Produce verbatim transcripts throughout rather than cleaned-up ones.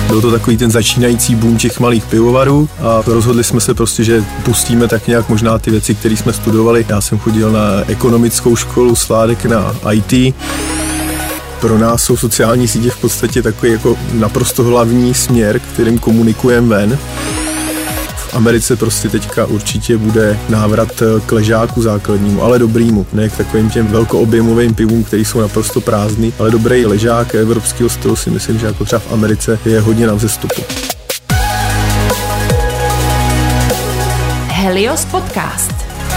Byl to takový ten začínající boom těch malých pivovarů a rozhodli jsme se prostě, že pustíme tak nějak možná ty věci, které jsme studovali. Já jsem chodil na ekonomickou školu, Sládek na í té. Pro nás jsou sociální sítě v podstatě takový jako naprosto hlavní směr, kterým komunikujeme ven. V Americe prostě teďka určitě bude návrat k ležáku základnímu, ale dobrýmu, ne k takovým těm velkoobjemovým pivům, které jsou naprosto prázdný, ale dobrý ležák evropského stylu si myslím, že jako třeba v Americe je hodně na vzestupu. Helios Podcast.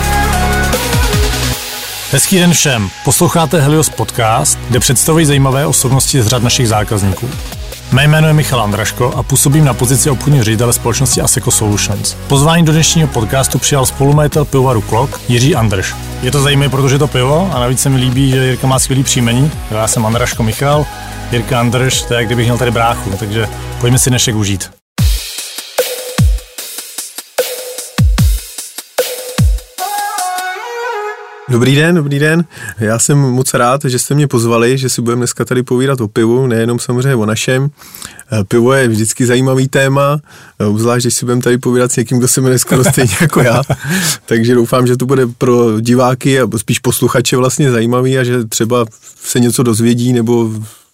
Hezký den všem. Posloucháte Helios Podcast, kde představují zajímavé osobnosti z řad našich zákazníků. Mé jméno je Michal Andraško a působím na pozici obchodního ředitele společnosti Asseco Solutions. Pozvání do dnešního podcastu přijal spolumajitel pivovaru Klok Jiří Andrš. Je to zajímavé, protože je to pivo a navíc se mi líbí, že Jirka má skvělý příjmení. Já jsem Andraško Michal, Jirka Andrš, to je jak kdybych měl tady bráchu, takže pojďme si dnešek užít. Dobrý den, dobrý den. Já jsem moc rád, že jste mě pozvali, že si budeme dneska tady povídat o pivu, nejenom samozřejmě o našem. Pivo je vždycky zajímavý téma, obzvlášť, když si budeme tady povídat s někým, kdo se jmenuje skoro stejně jako já. Takže doufám, že to bude pro diváky a spíš posluchače vlastně zajímavý a že třeba se něco dozvědí nebo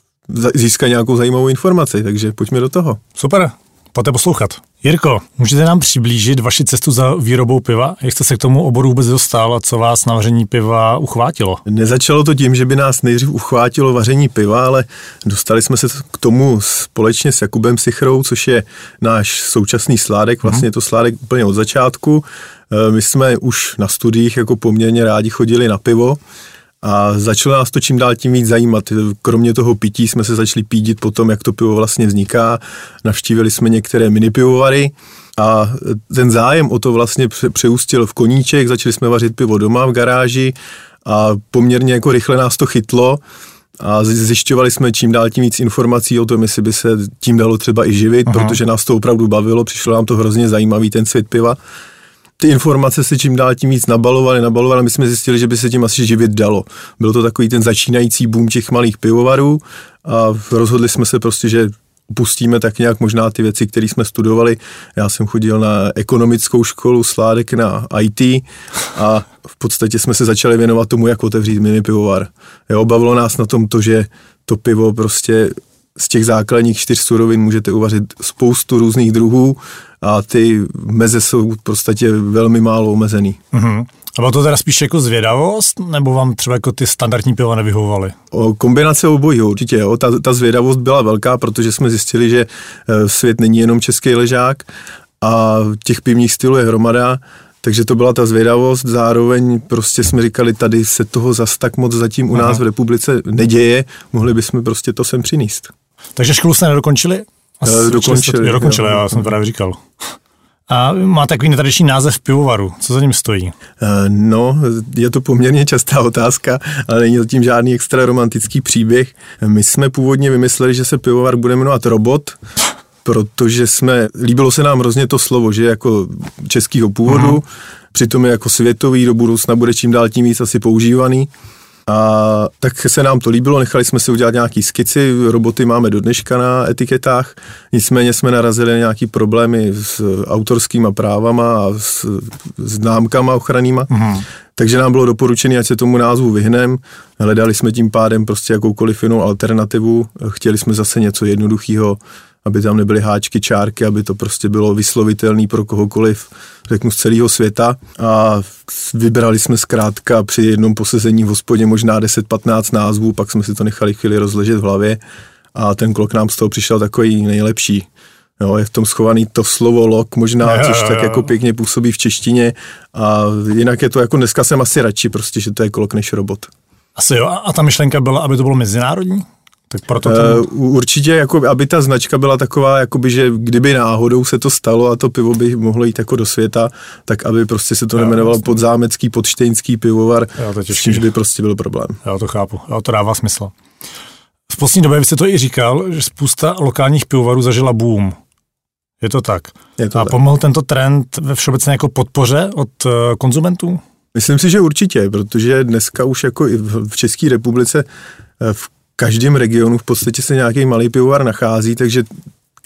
získá nějakou zajímavou informaci, takže pojďme do toho. Super. Pojďte poslouchat. Jirko, můžete nám přiblížit vaši cestu za výrobou piva? Jak jste se k tomu oboru vůbec dostal a co vás na vaření piva uchvátilo? Nezačalo to tím, že by nás nejdřív uchvátilo vaření piva, ale dostali jsme se k tomu společně s Jakubem Sichrou, což je náš současný Sládek, vlastně je to Sládek úplně od začátku. My jsme už na studiích jako poměrně rádi chodili na pivo, a začalo nás to čím dál tím víc zajímat. Kromě toho pití jsme se začali pídit po tom, jak to pivo vlastně vzniká. Navštívili jsme některé minipivovary a ten zájem o to vlastně přeústil v koníček. Začali jsme vařit pivo doma v garáži a poměrně jako rychle nás to chytlo a zjišťovali jsme čím dál tím víc informací o tom, jestli by se tím dalo třeba i živit, Aha. protože nás to opravdu bavilo, přišlo nám to hrozně zajímavý ten svět piva. Ty informace se čím dál tím víc nabalovaly, nabalovaly, my jsme zjistili, že by se tím asi živit dalo. Byl to takový ten začínající boom těch malých pivovarů a rozhodli jsme se prostě, že pustíme tak nějak možná ty věci, které jsme studovali. Já jsem chodil na ekonomickou školu, Sládek na í té a v podstatě jsme se začali věnovat tomu, jak otevřít mini pivovar. Jo, bavilo nás na tom to, že to pivo prostě z těch základních čtyř surovin můžete uvařit spoustu různých druhů a ty meze jsou v podstatě velmi málo omezený. Uh-huh. A bylo to teda spíš jako zvědavost, nebo vám třeba jako ty standardní piva nevyhovovaly? O kombinace obojího, určitě. Jo. Ta, ta zvědavost byla velká, protože jsme zjistili, že svět není jenom český ležák a těch pivních stylů je hromada, takže to byla ta zvědavost, zároveň prostě jsme říkali, tady se toho zas tak moc zatím u Aha. nás v republice neděje, mohli bychom prostě to sem přinést. Takže školu jste nedokončili? Asi dokončili. Jste, dokončili, jo, já jsem to právě říkal. A má takový netradiční název pivovaru. Co za ním stojí? No, je to poměrně častá otázka, ale není to tím žádný extra romantický příběh. My jsme původně vymysleli, že se pivovar bude jmenovat Robot, protože jsme, líbilo se nám hrozně to slovo, že jako českýho původu, uh-huh. přitom je jako světový, do budoucna bude čím dál tím víc asi používaný. A tak se nám to líbilo, nechali jsme si udělat nějaký skici, roboty máme do dneška na etiketách, nicméně jsme narazili na nějaký problémy s autorskýma právama a s známkama ochrannýma, uh-huh. takže nám bylo doporučené, ať se tomu názvu vyhnem, hledali jsme tím pádem prostě jakoukoliv jinou alternativu, chtěli jsme zase něco jednoduchého, aby tam nebyly háčky, čárky, aby to prostě bylo vyslovitelný pro kohokoliv, řeknu z celého světa. A vybrali jsme zkrátka při jednom posezení v hospodě možná deset patnáct názvů, pak jsme si to nechali chvíli rozležet v hlavě a ten Klok nám z toho přišel takový nejlepší. Jo, je v tom schovaný to slovo lok možná, jo, což jo, jo. tak jako pěkně působí v češtině a jinak je to jako dneska jsem asi radši prostě, že to je Klok než Robot. Asi jo, a ta myšlenka byla, aby to bylo mezinárodní? Tak proto ten... uh, určitě, jako, aby ta značka byla taková, jakoby, že kdyby náhodou se to stalo a to pivo by mohlo jít jako do světa, tak aby prostě se to jo, nemenovalo vlastně. Podzámecký, podštejnský pivovar, s čímž by prostě byl problém. Já to chápu, já to dává smysl. V poslední době, vy jste to i říkal, že spousta lokálních pivovarů zažila boom. Je to tak? Je to a tak. Pomohl tento trend ve všeobecné jako podpoře od uh, konzumentů? Myslím si, že určitě, protože dneska už jako i v České republice v každém regionu v podstatě se nějaký malý pivovar nachází, takže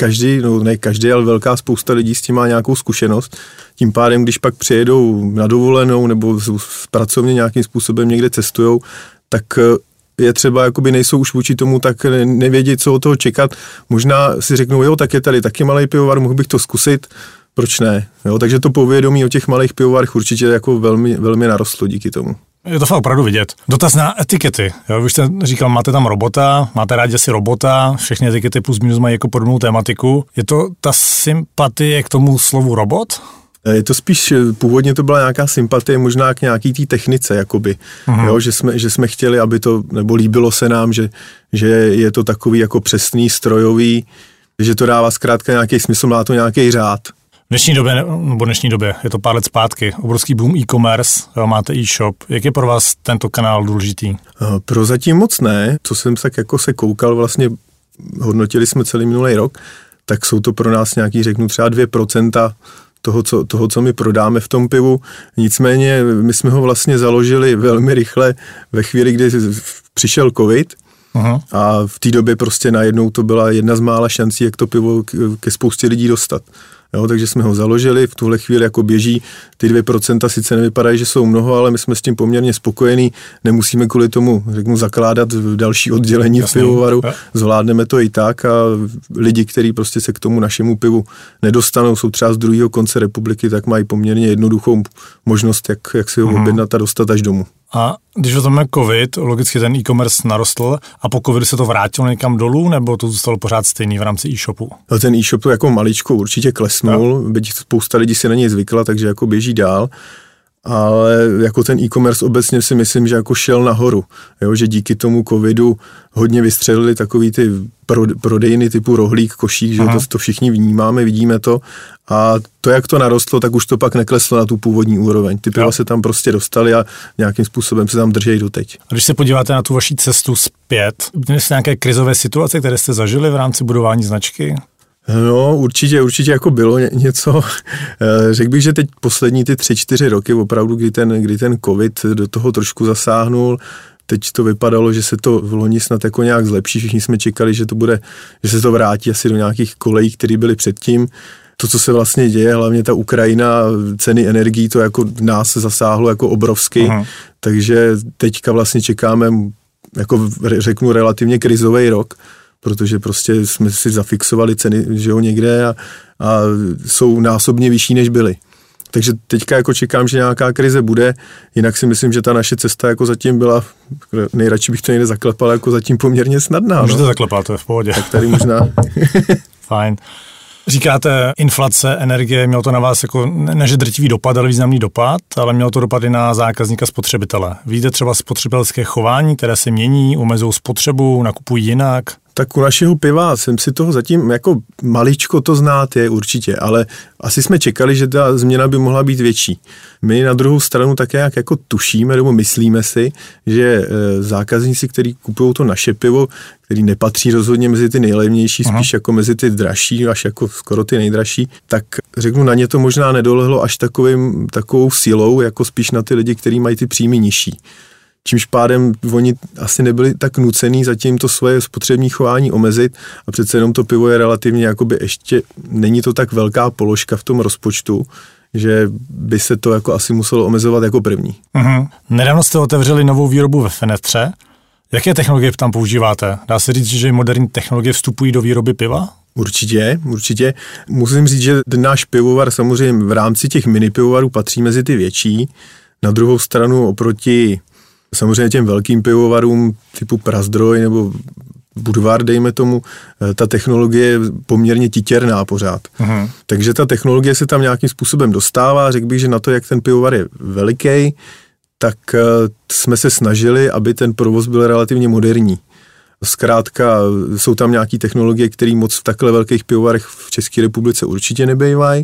každý, no ne každý, ale velká spousta lidí s tím má nějakou zkušenost. Tím pádem, když pak přijedou na dovolenou nebo pracovně nějakým způsobem někde cestujou, tak je třeba, jakoby nejsou už vůči tomu, tak nevědí, co od toho čekat. Možná si řeknou, jo, tak je tady taky malý pivovar, mohl bych to zkusit, proč ne? Jo, takže to povědomí o těch malých pivovarech určitě jako velmi, velmi narostlo díky tomu. Je to fakt opravdu vidět. Dotaz na etikety. Jo, vy jste říkal, máte tam robota, máte rádi asi robota, všechny etikety plus minus mají jako podobnou tématiku. Je to ta sympatie k tomu slovu robot? Je to spíš, původně to byla nějaká sympatie možná k nějaký té technice, jakoby, uh-huh. jo, že jsme, že jsme chtěli, aby to, nebo líbilo se nám, že, že je to takový jako přesný, strojový, že to dává zkrátka nějaký smysl, má to nějaký řád. V dnešní době, nebo dnešní době, je to pár let zpátky, obrovský boom e-commerce, jo, máte e-shop. Jak je pro vás tento kanál důležitý? Prozatím moc ne, co jsem tak jako se koukal, vlastně hodnotili jsme celý minulý rok, tak jsou to pro nás nějaký, řeknu třeba dvě procenta toho co, toho, co my prodáme v tom pivu. Nicméně my jsme ho vlastně založili velmi rychle ve chvíli, kdy přišel covid. Aha. A v té době prostě najednou to byla jedna z mála šancí, jak to pivo ke spoustě lidí dostat. Jo, takže jsme ho založili, v tuhle chvíli jako běží, ty dvě procenta sice nevypadají, že jsou mnoho, ale my jsme s tím poměrně spokojení, nemusíme kvůli tomu, řeknu, zakládat další oddělení Jasný. v pivovaru, ja. Zvládneme to i tak a lidi, kteří prostě se k tomu našemu pivu nedostanou, jsou třeba z druhého konce republiky, tak mají poměrně jednoduchou možnost, jak, jak si ho hmm. objednat a dostat až domů. A když vezmeme covid, logicky ten e-commerce narostl a po covidu se to vrátilo někam dolů, nebo to zůstalo pořád stejný v rámci e-shopu? No, ten e-shop jako maličko určitě klesnul, byť spousta lidí si na něj zvykla, takže jako běží dál. Ale jako ten e-commerce obecně si myslím, že jako šel nahoru, jo, že díky tomu covidu hodně vystřelili takový ty prodejny typu rohlík, košík, že to, to všichni vnímáme, vidíme to a to, jak to narostlo, tak už to pak nekleslo na tu původní úroveň. Ty piva se tam prostě dostaly a nějakým způsobem se tam držejí doteď. A když se podíváte na tu vaši cestu zpět, měli jste nějaké krizové situace, které jste zažili v rámci budování značky? No, určitě, určitě jako bylo něco. Řekl bych, že teď poslední ty tři, čtyři roky opravdu, kdy ten, kdy ten covid do toho trošku zasáhnul, teď to vypadalo, že se to v loni snad jako nějak zlepší, všichni jsme čekali, že to bude, že se to vrátí asi do nějakých kolejí, které byly předtím. To, co se vlastně děje, hlavně ta Ukrajina, ceny energií, to jako nás zasáhlo jako obrovsky, uh-huh. takže teďka vlastně čekáme, jako řeknu, relativně krizový rok, protože prostě jsme si zafixovali ceny, že jo, někde a, a jsou násobně vyšší, než byly. Takže teďka jako čekám, že nějaká krize bude, jinak si myslím, že ta naše cesta jako zatím byla, nejradši bych to někde zaklepal, jako zatím poměrně snadná. Můžete no. zaklepat, to je v pohodě. Tak tady možná. Fajn. Říkáte inflace, energie, mělo to na vás jako ne, že drtivý dopad, ale významný dopad, ale mělo to dopady na zákazníka spotřebitele. Vidíte třeba spotřebitelské chování, které se mění, omezují spotřebu, nakupují jinak? Tak u našeho piva jsem si toho zatím jako maličko to znát je určitě, ale asi jsme čekali, že ta změna by mohla být větší. My na druhou stranu také jak jako tušíme nebo myslíme si, že zákazníci, kteří kupují to naše pivo, který nepatří rozhodně mezi ty nejlevnější, spíš Aha. jako mezi ty dražší, až jako skoro ty nejdražší, tak řeknu, na ně to možná nedolehlo až takovým, takovou silou, jako spíš na ty lidi, kteří mají ty příjmy nižší. Čímž pádem oni asi nebyli tak nucený zatím to svoje spotřební chování omezit a přece jenom to pivo je relativně jakoby ještě, není to tak velká položka v tom rozpočtu, že by se to jako asi muselo omezovat jako první. Mm-hmm. Nedávno jste otevřeli novou výrobu ve Fenetře. Jaké technologie tam používáte? Dá se říct, že moderní technologie vstupují do výroby piva? Určitě, určitě. Musím říct, že ten náš pivovar samozřejmě v rámci těch mini pivovarů patří mezi ty větší. Na druhou stranu oproti samozřejmě těm velkým pivovarům typu Prazdroj nebo Budvar, dejme tomu, ta technologie je poměrně titěrná pořád. Uh-huh. Takže ta technologie se tam nějakým způsobem dostává. Řekl bych, že na to, jak ten pivovar je veliký, tak jsme se snažili, aby ten provoz byl relativně moderní. Zkrátka jsou tam nějaké technologie, které moc v takhle velkých pivovarech v České republice určitě nebejvají.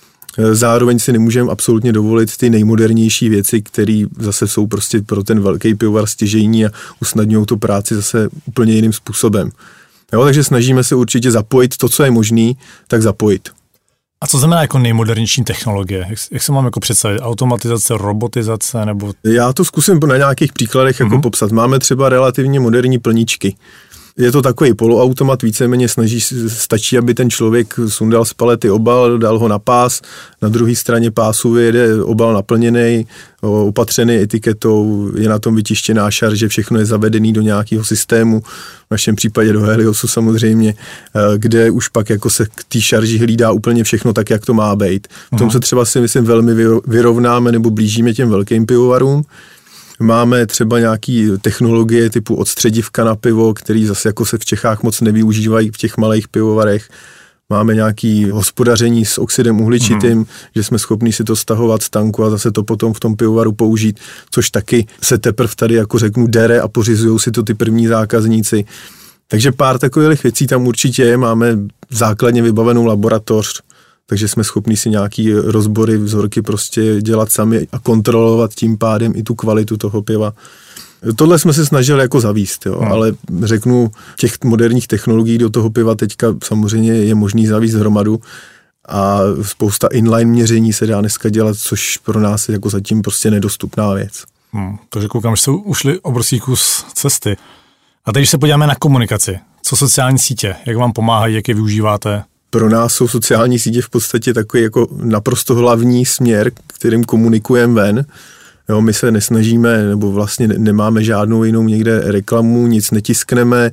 Zároveň si nemůžeme absolutně dovolit ty nejmodernější věci, které zase jsou prostě pro ten velký pivovar stěžejní a usnadňují tu práci zase úplně jiným způsobem. Jo, takže snažíme se určitě zapojit to, co je možný, tak zapojit. A co znamená jako nejmodernější technologie? Jak, jak se mám jako představit? Automatizace, robotizace nebo... Já to zkusím na nějakých příkladech jako mm-hmm. popsat. Máme třeba relativně moderní plničky. Je to takový poloautomat, víceméně snaží, stačí, aby ten člověk sundal z palety obal, dal ho na pás, na druhé straně pásu jede obal naplněný, opatřený etiketou, je na tom vytištěná šarže, všechno je zavedený do nějakého systému, v našem případě do Heliosu samozřejmě, kde už pak jako se k té šarži hlídá úplně všechno tak, jak to má být. V tom se třeba si myslím velmi vyrovnáme nebo blížíme těm velkým pivovarům. Máme třeba nějaké technologie typu odstředivka na pivo, který zase jako se v Čechách moc nevyužívají v těch malých pivovarech. Máme nějaké hospodaření s oxidem uhličitým, mm. že jsme schopni si to stahovat z tanku a zase to potom v tom pivovaru použít, což taky se teprve tady, jako řeknu, dere a pořizují si to ty první zákazníci. Takže pár takových věcí tam určitě je. Máme základně vybavenou laboratoř, takže jsme schopni si nějaký rozbory, vzorky prostě dělat sami a kontrolovat tím pádem i tu kvalitu toho piva. Tohle jsme se snažili jako zavíst, jo, hmm. ale řeknu, těch moderních technologií do toho piva teďka samozřejmě je možný zavíst hromadu a spousta inline měření se dá dneska dělat, což pro nás je jako zatím prostě nedostupná věc. Hmm, takže koukám, že jsou ušli obrovský kus cesty. A teď, když se podíváme na komunikaci, co sociální sítě, jak vám pomáhají, jak je využíváte? Pro nás jsou sociální sítě v podstatě takový jako naprosto hlavní směr, kterým komunikujeme ven. Jo, my se nesnažíme, nebo vlastně nemáme žádnou jinou někde reklamu, nic netiskneme,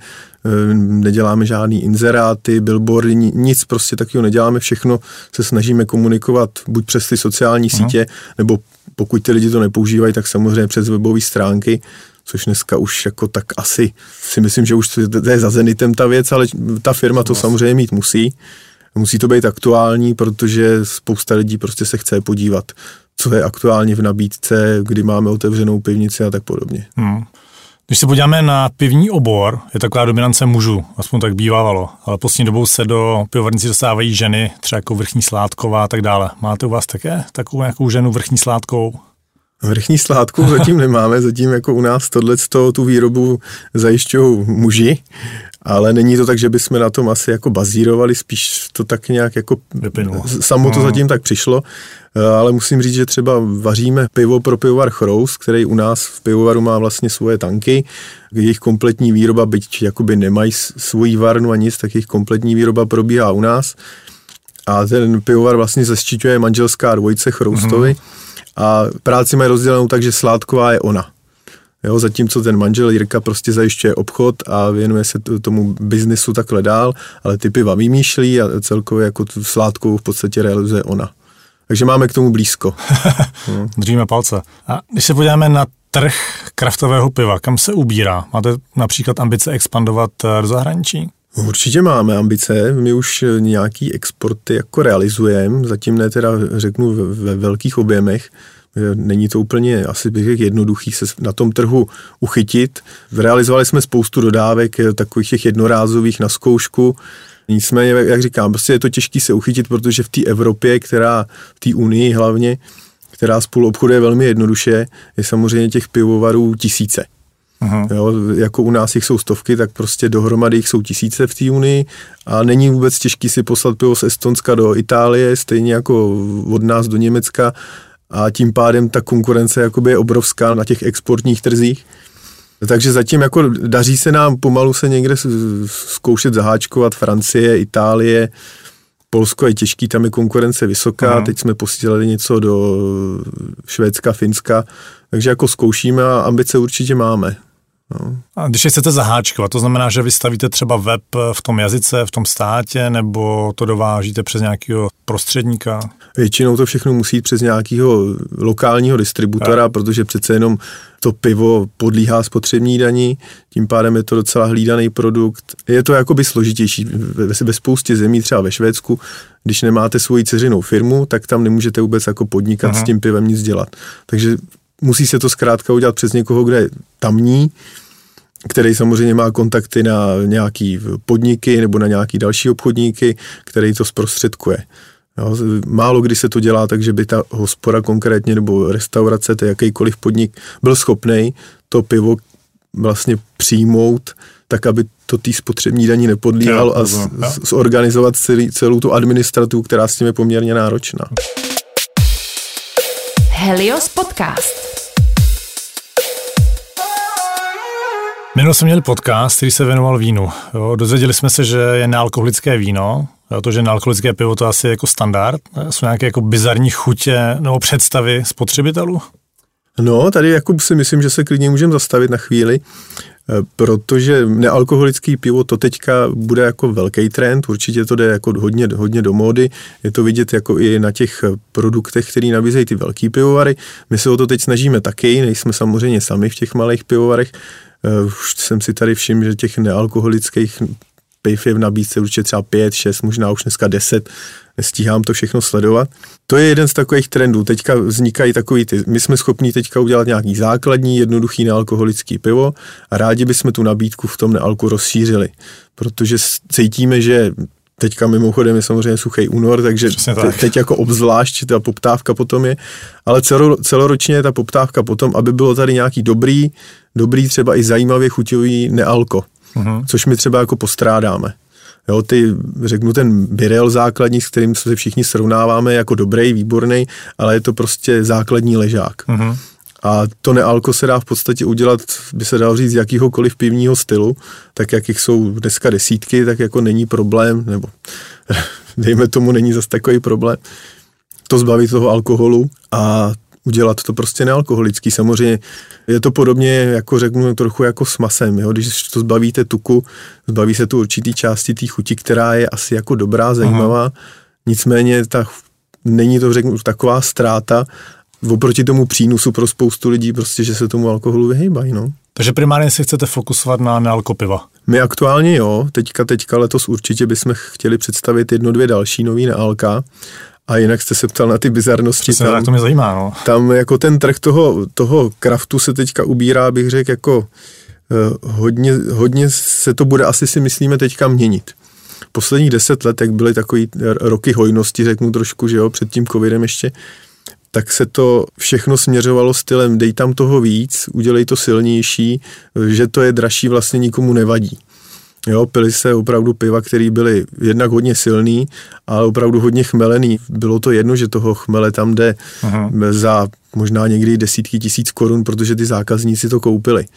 neděláme žádný inzeráty, billboardy, nic prostě takového neděláme, všechno se snažíme komunikovat buď přes ty sociální sítě, nebo pokud ty lidi to nepoužívají, tak samozřejmě přes webové stránky, což dneska už jako tak asi si myslím, že už to je za Zenitem ta věc, ale ta firma to samozřejmě mít musí. Musí to být aktuální, protože spousta lidí prostě se chce podívat, co je aktuálně v nabídce, kdy máme otevřenou pivnici a tak podobně. Hmm. Když se podíváme na pivní obor, je taková dominance mužů, aspoň tak bývávalo, ale poslední dobou se do pivovarnicí dostávají ženy, třeba jako Vrchní Sládková a tak dále. Máte u vás také takovou nějakou ženu Vrchní Sládkou? Vrchní Sládku zatím nemáme, zatím jako u nás tohleto, tu výrobu zajišťují muži, ale není to tak, že bychom na tom asi jako bazírovali, spíš to tak nějak jako vyplynulo. Samo to zatím tak přišlo, ale musím říct, že třeba vaříme pivo pro pivovar Chrous, který u nás v pivovaru má vlastně svoje tanky, jejich kompletní výroba, byť jakoby nemají svoji varnu a nic, tak jejich kompletní výroba probíhá u nás a ten pivovar vlastně zaštiťuje manželská dvojice Chroustovi, mm-hmm. a práci mají rozdělenou tak, že Sládková je ona. Jo, zatímco ten manžel Jirka prostě zajišťuje obchod a věnuje se tomu biznesu takhle dál, ale ty piva vymýšlí a celkově jako tu Sládkovou v podstatě realizuje ona. Takže máme k tomu blízko. no. Držíme palce. A když se podíváme na trh kraftového piva, kam se ubírá? Máte například ambice expandovat do zahraničí? Určitě máme ambice, my už nějaký exporty jako realizujeme, zatím ne teda řeknu ve velkých objemech, není to úplně asi bych jednoduchý se na tom trhu uchytit. Realizovali jsme spoustu dodávek takových těch jednorázových na zkoušku, nicméně, jak říkám, prostě je to těžké se uchytit, protože v té Evropě, která v té Unii hlavně, která spolu obchoduje velmi jednoduše, je samozřejmě těch pivovarů tisíce. Aha. Jo, jako u nás jich jsou stovky, tak prostě dohromady jich jsou tisíce v té Unii a není vůbec těžký si poslat pivo z Estonska do Itálie, stejně jako od nás do Německa a tím pádem ta konkurence jakoby je obrovská na těch exportních trzích. Takže zatím jako daří se nám pomalu se někde zkoušet zaháčkovat Francie, Itálie, Polsko je těžký, tam je konkurence vysoká, Aha. teď jsme posílali něco do Švédska, Finska, takže jako zkoušíme a ambice určitě máme. No. A když je chcete zaháčkovat, to znamená, že vystavíte třeba web v tom jazyce, v tom státě, nebo to dovážíte přes nějakého prostředníka? Většinou to všechno musí jít přes nějakého lokálního distributora, a. protože přece jenom to pivo podlíhá spotřební dani, tím pádem je to docela hlídaný produkt. Je to jakoby složitější. Ve, ve spoustě zemí, třeba ve Švédsku, když nemáte svoji dceřinou firmu, tak tam nemůžete vůbec jako podnikat Aha. s tím pivem nic dělat. Takže musí se to zkrátka udělat přes někoho, kde je tamní, který samozřejmě má kontakty na nějaký podniky nebo na nějaký další obchodníky, který to zprostředkuje. Jo, málo kdy se to dělá tak, že by ta hospoda konkrétně nebo restaurace, to jakýkoliv podnik, byl schopnej to pivo vlastně přijmout tak, aby to té spotřební daní nepodlíhalo a z, z, zorganizovat celý, celou tu administrativu, která s tím je poměrně náročná. Helios Podcast. Minule jsme měli podcast, který se věnoval vínu. Jo, dozvěděli jsme se, že je nealkoholické víno. Jo, to, že nealkoholické pivo, to asi je jako standard. Jsou nějaké jako bizarní chutě nebo představy spotřebitelů? No, tady jako si myslím, že se klidně můžeme zastavit na chvíli, protože nealkoholický pivo to teďka bude jako velký trend, určitě to jde jako hodně, hodně do módy, je to vidět jako i na těch produktech, který nabízejí ty velký pivovary. My se o to teď snažíme taky, nejsme samozřejmě sami v těch malých pivovarech. Už jsem si tady všiml, že těch nealkoholických piv je v nabídce určitě třeba pět, šest, možná už dneska deset, nestíhám to všechno sledovat. To je jeden z takových trendů, teďka vznikají takový ty, my jsme schopni teďka udělat nějaký základní, jednoduchý nealkoholický pivo a rádi bychom tu nabídku v tom nealku rozšířili, protože cítíme, že teďka mimochodem je samozřejmě suchý únor, takže te, teď jako obzvlášť ta poptávka potom je, ale celo, celoročně je ta poptávka potom, aby bylo tady nějaký dobrý, dobrý třeba i zajímavě chuťový nealko, uh-huh. což my třeba jako postrádáme. Jo, ty, řeknu ten birel základní, s kterým se všichni srovnáváme jako dobrý, výborný, ale je to prostě základní ležák. Uh-huh. A to nealko se dá v podstatě udělat, by se dalo říct, z jakýhokoliv pivního stylu, tak jak jich jsou dneska desítky, tak jako není problém, nebo dejme tomu, není zas takový problém, to zbavit toho alkoholu a udělat to prostě nealkoholický. Samozřejmě je to podobně, jako řeknu, trochu jako s masem, jo? Když to zbavíte tuku, zbaví se tu určitý části té chuti, která je asi jako dobrá, zajímavá, Aha. nicméně ta, není to, řeknu, taková ztráta oproti tomu přínosu pro spoustu lidí, prostě, že se tomu alkoholu vyhejbají, no. Takže primárně si chcete fokusovat na nealkopiva? My aktuálně jo, teďka, teďka letos určitě bychom chtěli představit jedno, dvě další nový nealka. A jinak jste se ptal na ty bizarnosti. Přesně, tam, to mě zajímá, no. Tam jako ten trh toho, toho kraftu se teďka ubírá, bych řekl, jako eh, hodně, hodně se to bude asi si myslíme teďka měnit. Posledních deset let, jak byly takový roky hojnosti, řeknu trošku, že jo, před tím covidem ještě, tak se to všechno směřovalo stylem dej tam toho víc, udělej to silnější, že to je dražší vlastně nikomu nevadí. Jo, pili se opravdu piva, které byly jednak hodně silný, ale opravdu hodně chmelený. Bylo to jedno, že toho chmele tam jde Aha. za možná někdy desítky tisíc korun, protože ty zákazníci to koupili.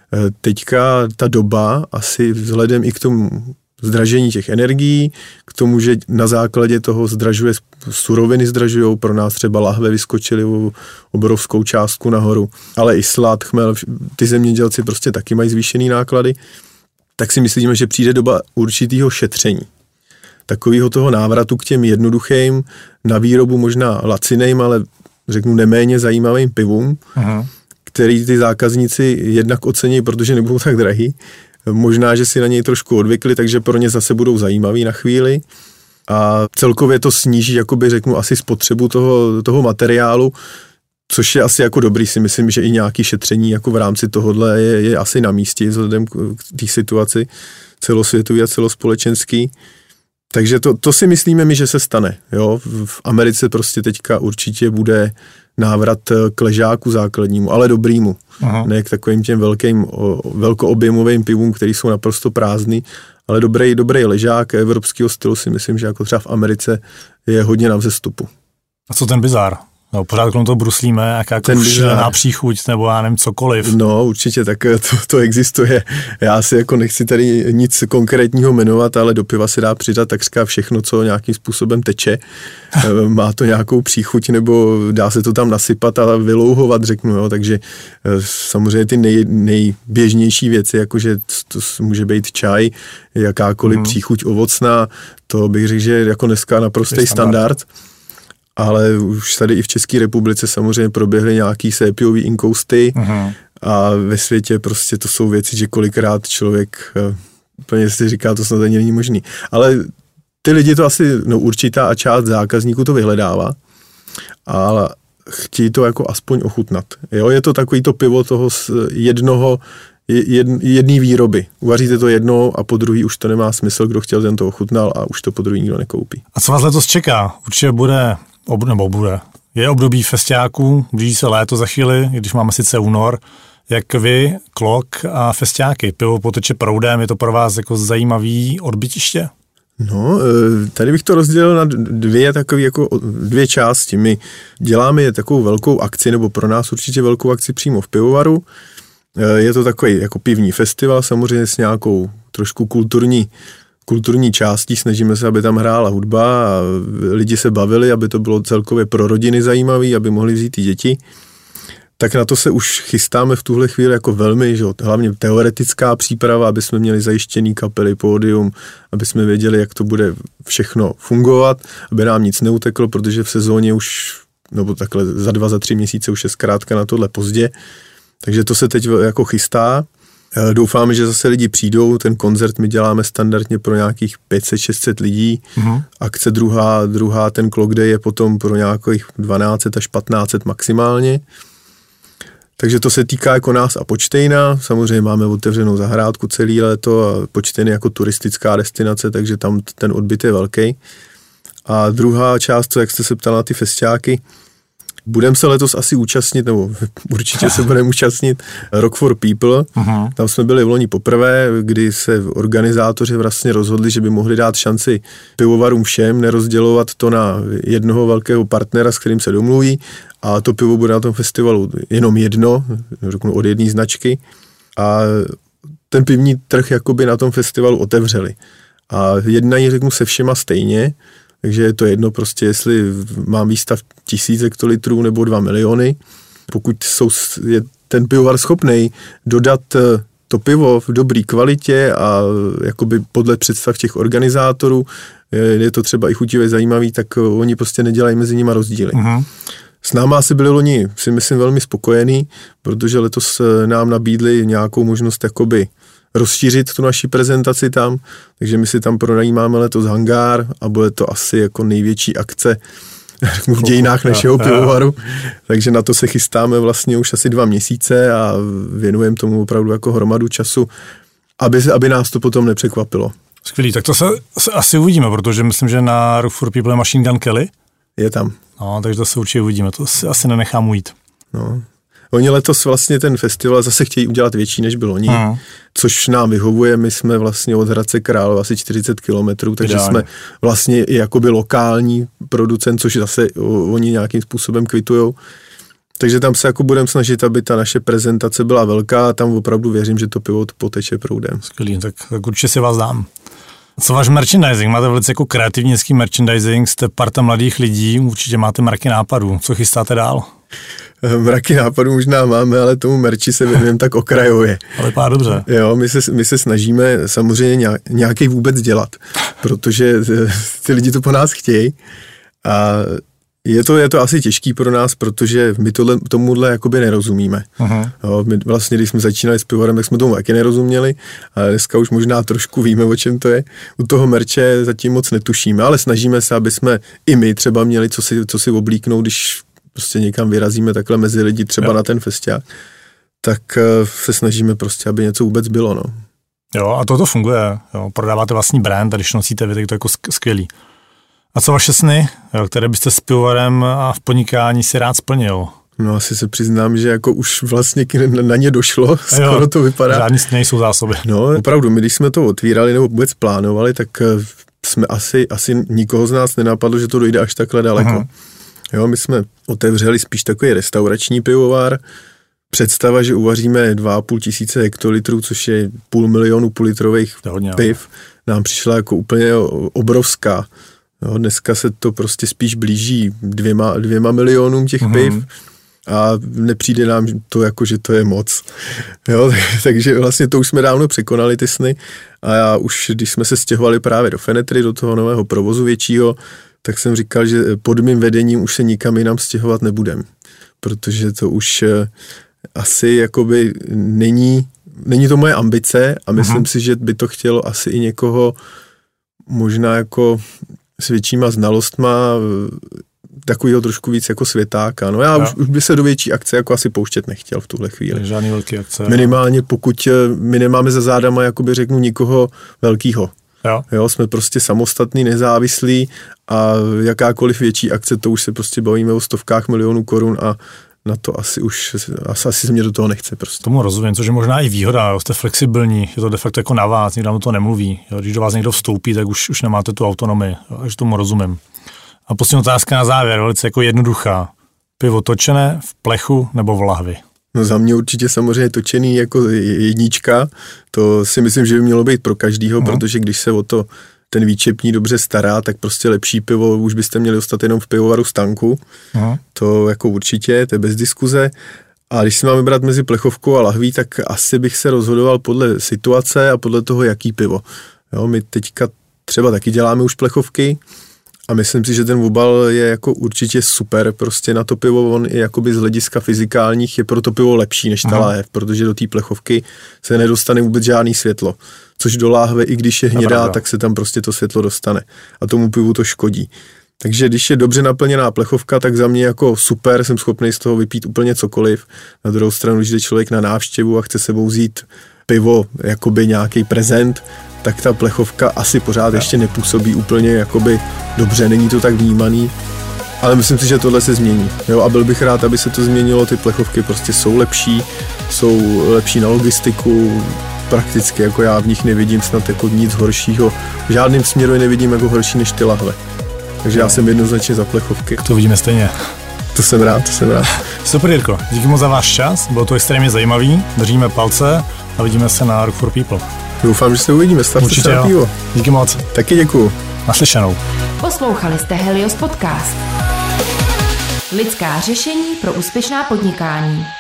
Teďka ta doba asi vzhledem i k tomu zdražení těch energií, k tomu, že na základě toho zdražuje, suroviny zdražujou, pro nás třeba lahve vyskočily o obrovskou částku nahoru, ale i slad, chmel, ty zemědělci prostě taky mají zvýšený náklady, tak si myslíme, že přijde doba určitého šetření. Takového toho návratu k těm jednoduchým, na výrobu možná laciným, ale řeknu neméně zajímavým pivům, Aha. který ty zákazníci jednak ocení, protože nebudou tak drahý. Možná, že si na něj trošku odvykli, takže pro ně zase budou zajímavý na chvíli. A celkově to sníží, jakoby řeknu, asi spotřebu toho, toho materiálu, což je asi jako dobrý, si myslím, že i nějaký šetření jako v rámci tohohle je, je asi na místě vzhledem k té situaci celosvětový a celospolečenský. Takže to, to si myslíme my, že se stane. Jo? V Americe prostě teďka určitě bude návrat k ležáku základnímu, ale dobrýmu. Aha. Ne k takovým těm velkým, velkoobjemovým pivům, který jsou naprosto prázdný, ale dobrý, dobrý ležák evropského stylu si myslím, že jako třeba v Americe je hodně na vzestupu. A co ten bizár? No, pořád kolem toho bruslíme, jaká šílená příchuť, nebo já nevím, cokoliv. No, určitě, tak to, to existuje. Já si jako nechci tady nic konkrétního jmenovat, ale do piva se dá přidat takřka všechno, co nějakým způsobem teče. Má to nějakou příchuť, nebo dá se to tam nasypat a vylouhovat, řeknu, jo. Takže samozřejmě ty nej, nejběžnější věci, jakože to může být čaj, jakákoliv hmm. příchuť ovocná, to bych řekl, že jako dneska naprostý standard. standard. Ale už tady i v České republice samozřejmě proběhly nějaký sépiový inkousty uh-huh. a ve světě prostě to jsou věci, že kolikrát člověk úplně si říká, to snad ani není možný. Ale ty lidi to asi, no určitá část zákazníků to vyhledává, ale chtějí to jako aspoň ochutnat. Jo, je to takový to pivo toho jednoho, jedné výroby. Uvaříte to jednou a po druhý už to nemá smysl, kdo chtěl, ten to ochutnal a už to po druhý nikdo nekoupí. A co vás letos čeká? Určitě bude Ob, nebo bude. Je období festiáků, blíží se léto za chvíli, když máme sice únor. Jak vy, klok a festiáky? Pivo poteče proudem, je to pro vás jako zajímavý odbytiště? No, tady bych to rozdělil na dvě takové jako dvě části. My děláme takovou velkou akci, nebo pro nás určitě velkou akci přímo v pivovaru. Je to takový jako pivní festival, samozřejmě s nějakou trošku kulturní, kulturní částí. Snažíme se, aby tam hrála hudba a lidi se bavili, aby to bylo celkově pro rodiny zajímavý, aby mohli vzít i děti. Tak na to se už chystáme v tuhle chvíli jako velmi, že hlavně teoretická příprava, aby jsme měli zajištěný kapely, pódium, aby jsme věděli, jak to bude všechno fungovat, aby nám nic neuteklo, protože v sezóně už, nebo takhle za dva, za tři měsíce už je zkrátka na tohle pozdě. Takže to se teď jako chystá. Doufáme, že zase lidi přijdou, ten koncert my děláme standardně pro nějakých pět set šest set lidí, mm-hmm. akce druhá, druhá, ten Clock Day je potom pro nějakých dvanáct set až patnáct set maximálně. Takže to se týká jako nás a Počtejna, samozřejmě máme otevřenou zahrádku celý léto a Počtejn je jako turistická destinace, takže tam ten odbyt je velký. A druhá část, co jak jste se ptal na ty festiáky, budeme se letos asi účastnit, nebo určitě se budeme účastnit Rock for People. Uh-huh. Tam jsme byli v loni poprvé, kdy se organizátoři vlastně rozhodli, že by mohli dát šanci pivovarům všem, nerozdělovat to na jednoho velkého partnera, s kterým se domluví, a to pivo bude na tom festivalu jenom jedno, řeknu od jedné značky, a ten pivní trh jakoby na tom festivalu otevřeli. A jednají, řeknu, se všema stejně, takže je to jedno prostě, jestli mám výstav tisíc hektolitrů nebo dva miliony. Pokud jsou, je ten pivovar schopnej dodat to pivo v dobré kvalitě a jakoby podle představ těch organizátorů, je to třeba i chutivě zajímavý, tak oni prostě nedělají mezi nimi rozdíly. Uh-huh. S náma asi byli loni, si myslím, velmi spokojení, protože letos nám nabídli nějakou možnost jakoby rozšířit tu naši prezentaci tam, takže my si tam pronajímáme letos hangár a bude to asi jako největší akce v dějinách našeho pivovaru, takže na to se chystáme vlastně už asi dva měsíce a věnujeme tomu opravdu jako hromadu času, aby, aby nás to potom nepřekvapilo. Skvělý, tak to se, se asi uvidíme, protože myslím, že na Rock for People je Machine Gun Kelly. Je tam. No, takže to se určitě uvidíme, to si asi nenechám ujít. No. Oni letos vlastně ten festival zase chtějí udělat větší, než bylo oni, hmm. což nám vyhovuje. My jsme vlastně od Hradce Králové asi čtyřicet kilometrů, takže Ideálně. Jsme vlastně i jakoby lokální producent, což zase oni nějakým způsobem kvitujou. Takže tam se jako budeme snažit, aby ta naše prezentace byla velká a tam opravdu věřím, že to pivo poteče proudem. Skvělý, tak, tak určitě si vás dám. Co váš merchandising? Máte velice jako kreativní hezký merchandising, jste parta mladých lidí, určitě máte mraky nápadů. Co chystáte dál? Mraky nápadů možná máme, ale tomu merči se věnujeme tak okrajově. Ale vypadá dobře. Jo, my se, my se snažíme samozřejmě nějaký vůbec dělat, protože ty lidi to po nás chtějí a je to, je to asi těžký pro nás, protože my tohle, tomuhle jakoby nerozumíme. Uh-huh. Jo, my vlastně, když jsme začínali s pivovarem, tak jsme tomu taky nerozuměli, ale dneska už možná trošku víme, o čem to je. U toho merče zatím moc netušíme, ale snažíme se, aby jsme i my třeba měli co si, co si oblíknout, když prostě někam vyrazíme takhle mezi lidi, třeba jo. na ten festiák, tak se snažíme prostě, aby něco vůbec bylo, no. Jo, a toto funguje, jo, prodáváte vlastní brand a když nosíte vy, tak to je jako skvělý. A co vaše sny, jo, které byste s pivovarem a v podnikání si rád splnil? No asi se přiznám, že jako už vlastně na ně došlo, skoro jo, to vypadá. Žádný sny nejsou zásoby. No, opravdu, my když jsme to otvírali nebo vůbec plánovali, tak jsme asi, asi nikoho z nás nenapadlo, že to dojde až takhle daleko. Uh-huh. Jo, my jsme otevřeli spíš takový restaurační pivovar. Představa, že uvaříme dva a půl tisíce hektolitrů, což je půl milionu půllitrových piv, nám přišla jako úplně obrovská. Jo, dneska se to prostě spíš blíží dvěma, dvěma milionům těch mm-hmm. piv a nepřijde nám to jako, že to je moc. Jo, tak, takže vlastně to už jsme dávno překonali ty sny a já už, když jsme se stěhovali právě do Fenetry, do toho nového provozu většího, tak jsem říkal, že pod mým vedením už se nikam jinam stěhovat nebudem, protože to už asi jakoby není, není to moje ambice a myslím mm-hmm. si, že by to chtělo asi i někoho možná jako s většíma znalostma, takovýho trošku víc jako světáka. No já už, už by se do větší akce jako asi pouštět nechtěl v tuhle chvíli. Žádný velký akce. Minimálně pokud my nemáme za zádama, jakoby řeknu, nikoho velkýho. Jo. Jo, jsme prostě samostatný, nezávislí a jakákoliv větší akce, to už se prostě bavíme o stovkách milionů korun a na to asi už, asi, asi se mě do toho nechce prostě. Tomu rozumím, což je možná i výhoda, jo, jste flexibilní, je to de facto jako na vás, nikdo vám to nemluví. Jo, když do vás někdo vstoupí, tak už, už nemáte tu autonomii, jo, takže tomu rozumím. A poslední otázka na závěr, velice jako jednoduchá. Pivo točené v plechu nebo v lahvi? No za mě určitě samozřejmě točený jako jednička, to si myslím, že by mělo být pro každýho, no. Protože když se o to ten výčepní dobře stará, tak prostě lepší pivo už byste měli dostat jenom v pivovaru Stanku, no. To jako určitě, to je bez diskuze. A když si máme brát mezi plechovkou a lahví, tak asi bych se rozhodoval podle situace a podle toho, jaký pivo. Jo, my teďka třeba taky děláme už plechovky a myslím si, že ten obal je jako určitě super prostě na to pivo, on i jakoby z hlediska fyzikálních je pro to pivo lepší než ta Aha. láhev, protože do té plechovky se nedostane vůbec žádný světlo, což do láhve, i když je hnědá, tak se tam prostě to světlo dostane a tomu pivu to škodí. Takže když je dobře naplněná plechovka, tak za mě jako super, jsem schopný z toho vypít úplně cokoliv. Na druhou stranu, když jde člověk na návštěvu a chce sebou vzít pivo, jakoby nějaký prezent, tak ta plechovka asi pořád ještě nepůsobí úplně jakoby dobře, není to tak vnímaný, ale myslím si, že tohle se změní. Jo, a byl bych rád, aby se to změnilo, ty plechovky prostě jsou lepší, jsou lepší na logistiku, prakticky jako já v nich nevidím snad jako nic horšího, v žádném směru je nevidím jako horší než ty lahve. Takže já jsem jednoznačně za plechovky. To vidíme stejně. To jsem rád, to jsem rád. Super, Jirko, díky moc za váš čas, bylo to extrémně zajímavý, držíme palce a vidíme se na Rock for People. Doufám, že se uvidíme, stavte se na pivo. Díky moc. Taky děkuju. Naslyšenou. Poslouchali jste Helios Podcast. Lidská řešení pro úspěšná podnikání.